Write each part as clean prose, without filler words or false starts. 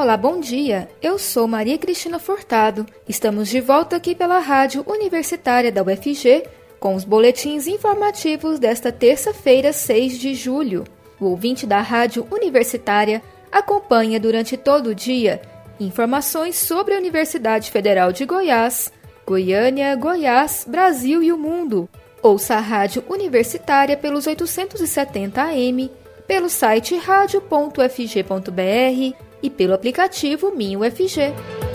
Olá, bom dia. Eu sou Maria Cristina Furtado. Estamos de volta aqui pela Rádio Universitária da UFG com os boletins informativos desta terça-feira, 6 de julho. O ouvinte da Rádio Universitária acompanha durante todo o dia informações sobre a Universidade Federal de Goiás, Goiânia, Goiás, Brasil e o mundo. Ouça a Rádio Universitária pelos 870 AM, pelo site radio.ufg.br e pelo aplicativo MinUFG.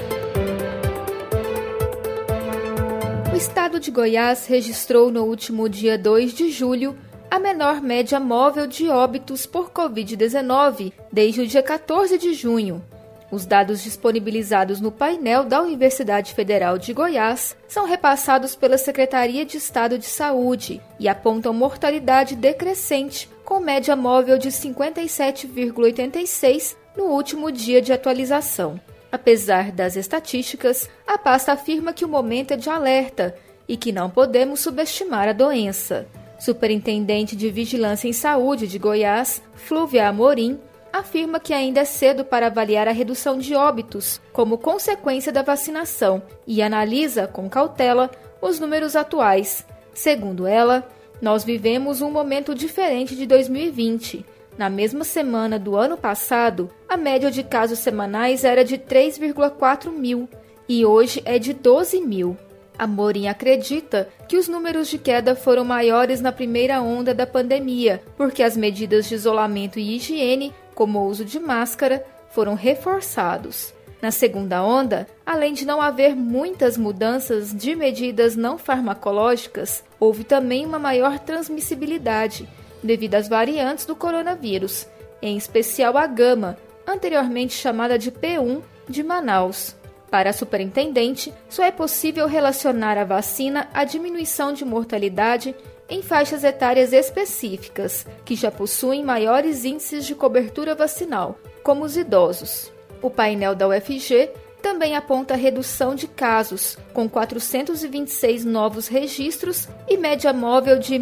O estado de Goiás registrou no último dia 2 de julho a menor média móvel de óbitos por Covid-19 desde o dia 14 de junho. Os dados disponibilizados no painel da Universidade Federal de Goiás são repassados pela Secretaria de Estado de Saúde e apontam mortalidade decrescente, com média móvel de 57,86 no último dia de atualização. Apesar das estatísticas, a pasta afirma que o momento é de alerta e que não podemos subestimar a doença. Superintendente de Vigilância em Saúde de Goiás, Flúvia Amorim, afirma que ainda é cedo para avaliar a redução de óbitos como consequência da vacinação e analisa, com cautela, os números atuais. Segundo ela, nós vivemos um momento diferente de 2020. Na mesma semana do ano passado, a média de casos semanais era de 3,4 mil e hoje é de 12 mil. Amorim acredita que os números de queda foram maiores na primeira onda da pandemia, porque as medidas de isolamento e higiene, como o uso de máscara, foram reforçados. Na segunda onda, além de não haver muitas mudanças de medidas não farmacológicas, houve também uma maior transmissibilidade, devido às variantes do coronavírus, em especial a Gama, anteriormente chamada de P1, de Manaus. Para a superintendente, só é possível relacionar a vacina à diminuição de mortalidade em faixas etárias específicas, que já possuem maiores índices de cobertura vacinal, como os idosos. O painel da UFG também aponta a redução de casos, com 426 novos registros e média móvel de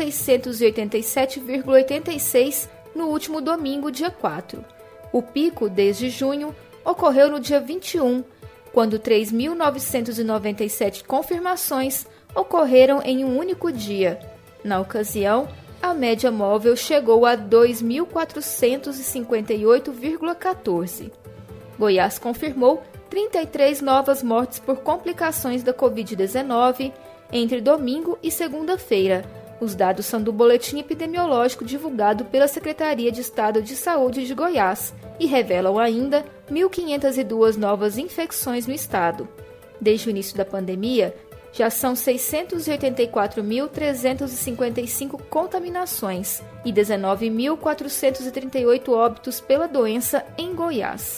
1.687,86 no último domingo, dia 4. O pico, desde junho, ocorreu no dia 21, quando 3.997 confirmações ocorreram em um único dia. Na ocasião, a média móvel chegou a 2.458,14. Goiás confirmou 33 novas mortes por complicações da Covid-19 entre domingo e segunda-feira. Os dados são do boletim epidemiológico divulgado pela Secretaria de Estado de Saúde de Goiás e revelam ainda 1.502 novas infecções no estado. Desde o início da pandemia, já são 684.355 contaminações e 19.438 óbitos pela doença em Goiás.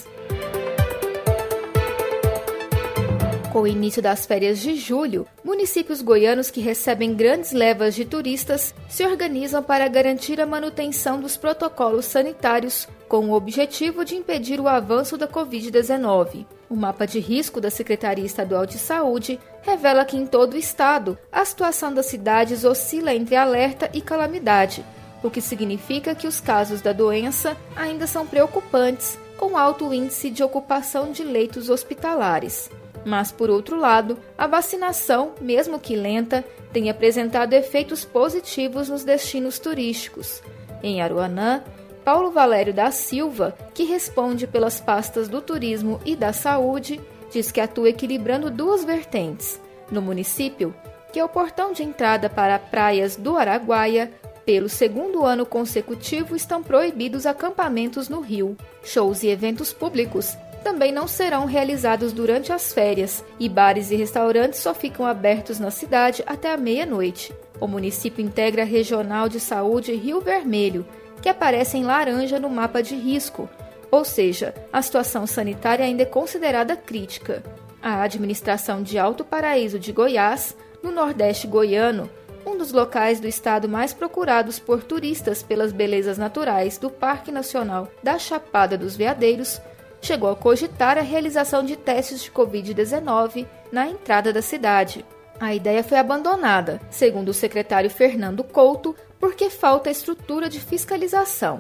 Com o início das férias de julho, municípios goianos que recebem grandes levas de turistas se organizam para garantir a manutenção dos protocolos sanitários com o objetivo de impedir o avanço da Covid-19. O mapa de risco da Secretaria Estadual de Saúde revela que em todo o estado a situação das cidades oscila entre alerta e calamidade, o que significa que os casos da doença ainda são preocupantes, com alto índice de ocupação de leitos hospitalares. Mas, por outro lado, a vacinação, mesmo que lenta, tem apresentado efeitos positivos nos destinos turísticos. Em Aruanã, Paulo Valério da Silva, que responde pelas pastas do turismo e da saúde, diz que atua equilibrando duas vertentes. No município, que é o portão de entrada para praias do Araguaia, pelo segundo ano consecutivo estão proibidos acampamentos no rio. Shows e eventos públicos também não serão realizados durante as férias e bares e restaurantes só ficam abertos na cidade até a meia-noite. O município integra a Regional de Saúde Rio Vermelho, que aparece em laranja no mapa de risco, ou seja, a situação sanitária ainda é considerada crítica. A administração de Alto Paraíso de Goiás, no Nordeste goiano, um dos locais do estado mais procurados por turistas pelas belezas naturais do Parque Nacional da Chapada dos Veadeiros, chegou a cogitar a realização de testes de Covid-19 na entrada da cidade. A ideia foi abandonada, segundo o secretário Fernando Couto, porque falta estrutura de fiscalização.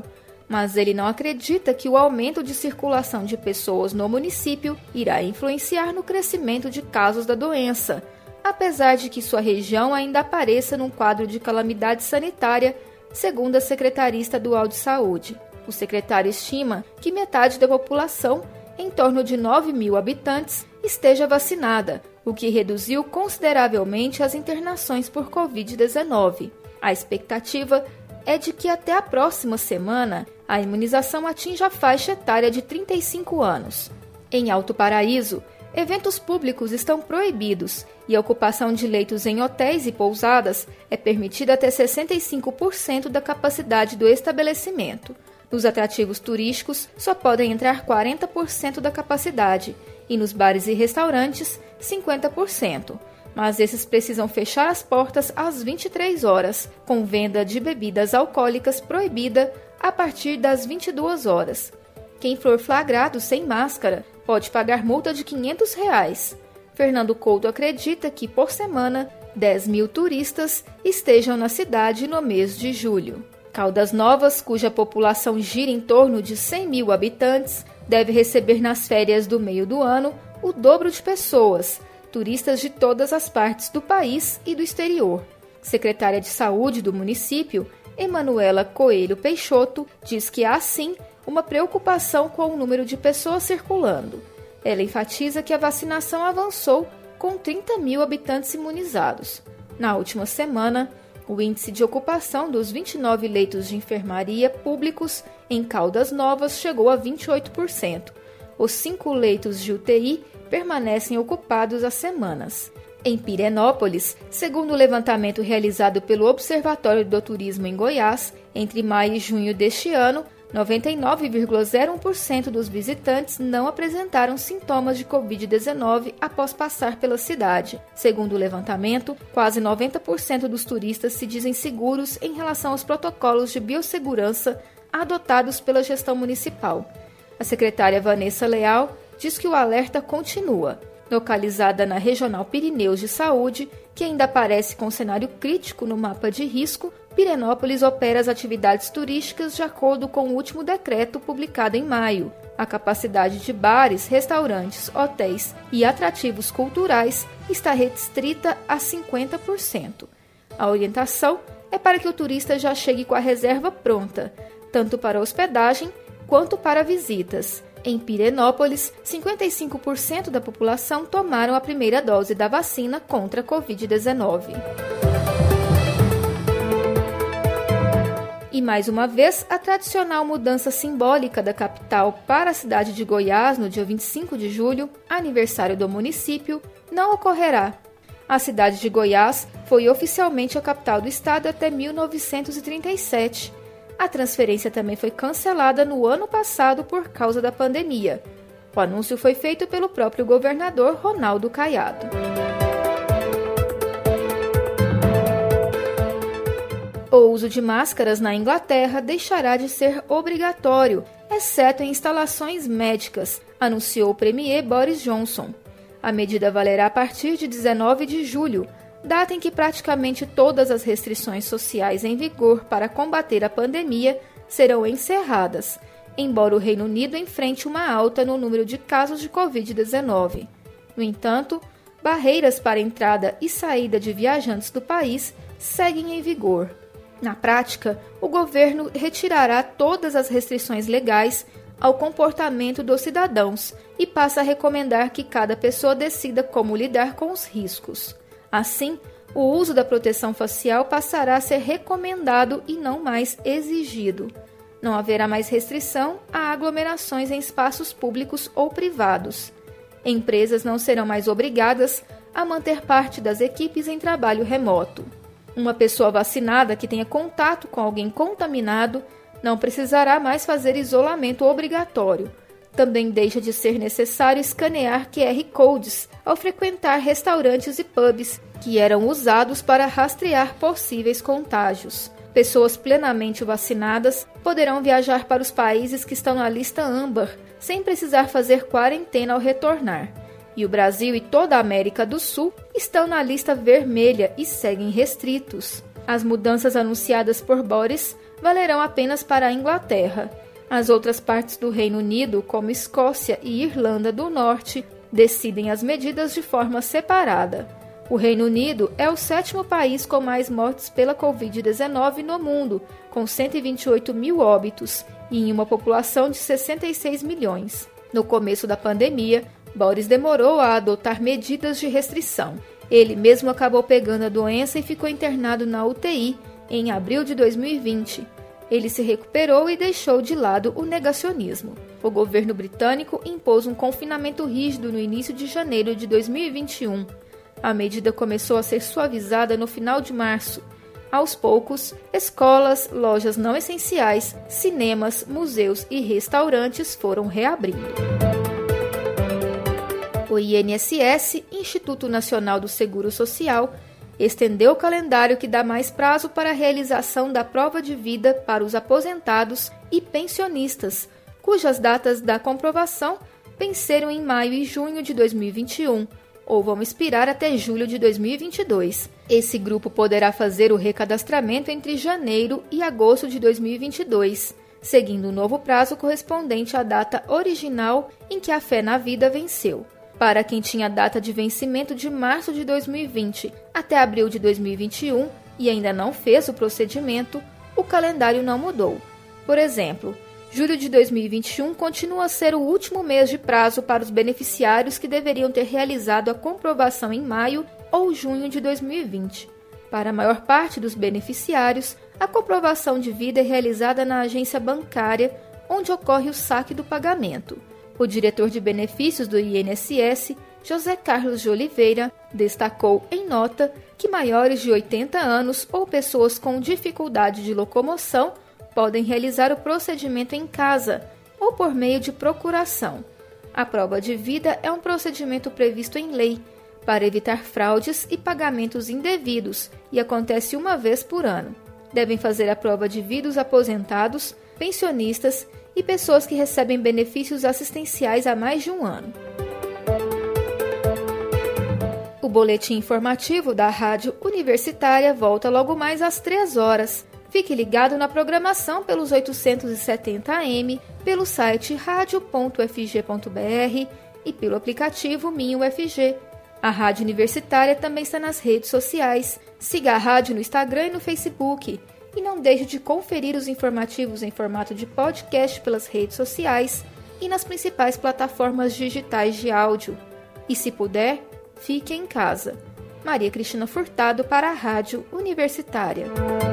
mas ele não acredita que o aumento de circulação de pessoas no município irá influenciar no crescimento de casos da doença, apesar de que sua região ainda apareça num quadro de calamidade sanitária, segundo a Secretaria Estadual de Saúde. O secretário estima que metade da população, em torno de 9.000 habitantes, esteja vacinada, o que reduziu consideravelmente as internações por Covid-19. A expectativa é de que até a próxima semana a imunização atinja a faixa etária de 35 anos. Em Alto Paraíso, eventos públicos estão proibidos e a ocupação de leitos em hotéis e pousadas é permitida até 65% da capacidade do estabelecimento. Nos atrativos turísticos, só podem entrar 40% da capacidade e nos bares e restaurantes, 50%. Mas esses precisam fechar as portas às 23 horas, com venda de bebidas alcoólicas proibida a partir das 22 horas. Quem for flagrado sem máscara pode pagar multa de R$ 500. Fernando Couto acredita que, por semana, 10.000 turistas estejam na cidade no mês de julho. Caldas Novas, cuja população gira em torno de 100.000 habitantes, deve receber nas férias do meio do ano o dobro de pessoas, turistas de todas as partes do país e do exterior. Secretária de Saúde do município, Emanuela Coelho Peixoto, diz que há sim uma preocupação com o número de pessoas circulando. Ela enfatiza que a vacinação avançou com 30.000 habitantes imunizados. Na última semana, o índice de ocupação dos 29 leitos de enfermaria públicos em Caldas Novas chegou a 28%. Os 5 leitos de UTI permanecem ocupados há semanas. Em Pirenópolis, segundo o levantamento realizado pelo Observatório do Turismo em Goiás, entre maio e junho deste ano, 99,01% dos visitantes não apresentaram sintomas de Covid-19 após passar pela cidade. Segundo o levantamento, quase 90% dos turistas se dizem seguros em relação aos protocolos de biossegurança adotados pela gestão municipal. A secretária Vanessa Leal diz que o alerta continua. Localizada na Regional Pirineus de Saúde, que ainda aparece com cenário crítico no mapa de risco, Pirenópolis opera as atividades turísticas de acordo com o último decreto publicado em maio. A capacidade de bares, restaurantes, hotéis e atrativos culturais está restrita a 50%. A orientação é para que o turista já chegue com a reserva pronta, tanto para hospedagem quanto para visitas. Em Pirenópolis, 55% da população tomaram a primeira dose da vacina contra a Covid-19. E mais uma vez, a tradicional mudança simbólica da capital para a cidade de Goiás no dia 25 de julho, aniversário do município, não ocorrerá. A cidade de Goiás foi oficialmente a capital do estado até 1937. A transferência também foi cancelada no ano passado por causa da pandemia. O anúncio foi feito pelo próprio governador Ronaldo Caiado. O uso de máscaras na Inglaterra deixará de ser obrigatório, exceto em instalações médicas, anunciou o premier Boris Johnson. A medida valerá a partir de 19 de julho, data em que praticamente todas as restrições sociais em vigor para combater a pandemia serão encerradas, embora o Reino Unido enfrente uma alta no número de casos de Covid-19. No entanto, barreiras para entrada e saída de viajantes do país seguem em vigor. Na prática, o governo retirará todas as restrições legais ao comportamento dos cidadãos e passa a recomendar que cada pessoa decida como lidar com os riscos. Assim, o uso da proteção facial passará a ser recomendado e não mais exigido. Não haverá mais restrição a aglomerações em espaços públicos ou privados. Empresas não serão mais obrigadas a manter parte das equipes em trabalho remoto. Uma pessoa vacinada que tenha contato com alguém contaminado não precisará mais fazer isolamento obrigatório. Também deixa de ser necessário escanear QR Codes ao frequentar restaurantes e pubs, que eram usados para rastrear possíveis contágios. Pessoas plenamente vacinadas poderão viajar para os países que estão na lista âmbar, sem precisar fazer quarentena ao retornar. E o Brasil e toda a América do Sul estão na lista vermelha e seguem restritos. As mudanças anunciadas por Boris valerão apenas para a Inglaterra. As outras partes do Reino Unido, como Escócia e Irlanda do Norte, decidem as medidas de forma separada. O Reino Unido é o 7º país com mais mortes pela Covid-19 no mundo, com 128 mil óbitos e em uma população de 66 milhões. No começo da pandemia, Boris demorou a adotar medidas de restrição. Ele mesmo acabou pegando a doença e ficou internado na UTI em abril de 2020. Ele se recuperou e deixou de lado o negacionismo. O governo britânico impôs um confinamento rígido no início de janeiro de 2021. A medida começou a ser suavizada no final de março. Aos poucos, escolas, lojas não essenciais, cinemas, museus e restaurantes foram reabrindo. O INSS, Instituto Nacional do Seguro Social, estendeu o calendário que dá mais prazo para a realização da prova de vida para os aposentados e pensionistas, cujas datas da comprovação venceram em maio e junho de 2021, ou vão expirar até julho de 2022. Esse grupo poderá fazer o recadastramento entre janeiro e agosto de 2022, seguindo o novo prazo correspondente à data original em que a Fé na Vida venceu. Para quem tinha data de vencimento de março de 2020 até abril de 2021 e ainda não fez o procedimento, o calendário não mudou. Por exemplo, julho de 2021 continua a ser o último mês de prazo para os beneficiários que deveriam ter realizado a comprovação em maio ou junho de 2020. Para a maior parte dos beneficiários, a comprovação de vida é realizada na agência bancária, onde ocorre o saque do pagamento. O diretor de benefícios do INSS, José Carlos de Oliveira, destacou em nota que maiores de 80 anos ou pessoas com dificuldade de locomoção podem realizar o procedimento em casa ou por meio de procuração. A prova de vida é um procedimento previsto em lei para evitar fraudes e pagamentos indevidos e acontece uma vez por ano. Devem fazer a prova de vida os aposentados, pensionistas e pessoas que recebem benefícios assistenciais há mais de um ano. O boletim informativo da Rádio Universitária volta logo mais às 3 horas. Fique ligado na programação pelos 870 AM, pelo site radio.fg.br e pelo aplicativo Minho UFG. A Rádio Universitária também está nas redes sociais. Siga a rádio no Instagram e no Facebook. E não deixe de conferir os informativos em formato de podcast pelas redes sociais e nas principais plataformas digitais de áudio. E se puder, fique em casa. Maria Cristina Furtado para a Rádio Universitária.